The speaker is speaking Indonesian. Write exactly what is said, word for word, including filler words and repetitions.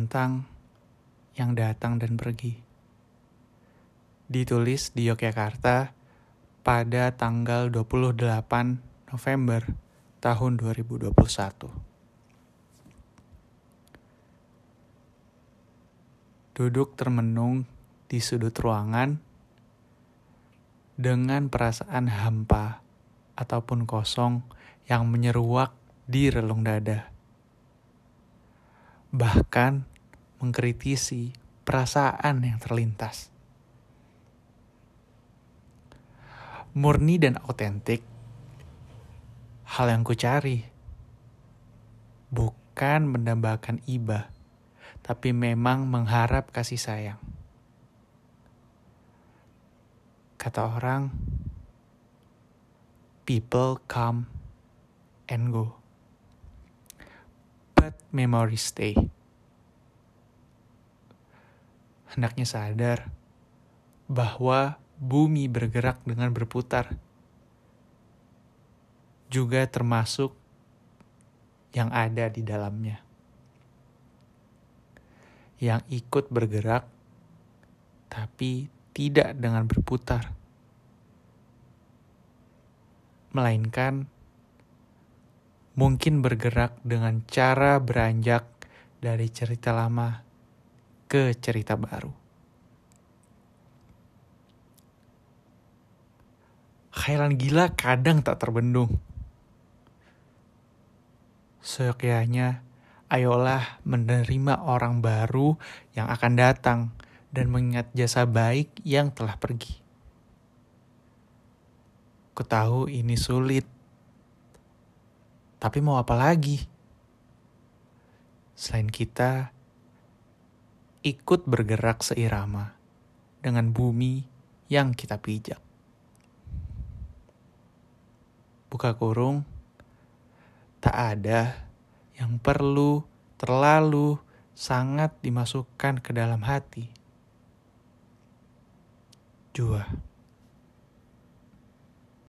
tentang yang datang dan pergi. Ditulis di Yogyakarta pada tanggal dua puluh delapan November tahun dua ribu dua puluh satu. Duduk termenung di sudut ruangan dengan perasaan hampa ataupun kosong yang menyeruak di relung dada. Bahkan mengkritisi perasaan yang terlintas. Murni dan autentik, hal yang kucari. Bukan mendambakan iba, tapi memang mengharap kasih sayang. Kata orang, people come and go, but memories stay. Hendaknya sadar bahwa bumi bergerak dengan berputar, juga termasuk yang ada di dalamnya. Yang ikut bergerak, tapi tidak dengan berputar. Melainkan mungkin bergerak dengan cara beranjak dari cerita lama ke cerita baru. Khayalan gila kadang tak terbendung. Seyogyanya, ayolah menerima orang baru yang akan datang dan mengingat jasa baik yang telah pergi. Ku tahu ini sulit, tapi mau apa lagi? Selain kita ikut bergerak seirama dengan bumi yang kita pijak. Buka kurung, tak ada yang perlu terlalu sangat dimasukkan ke dalam hati. Jua.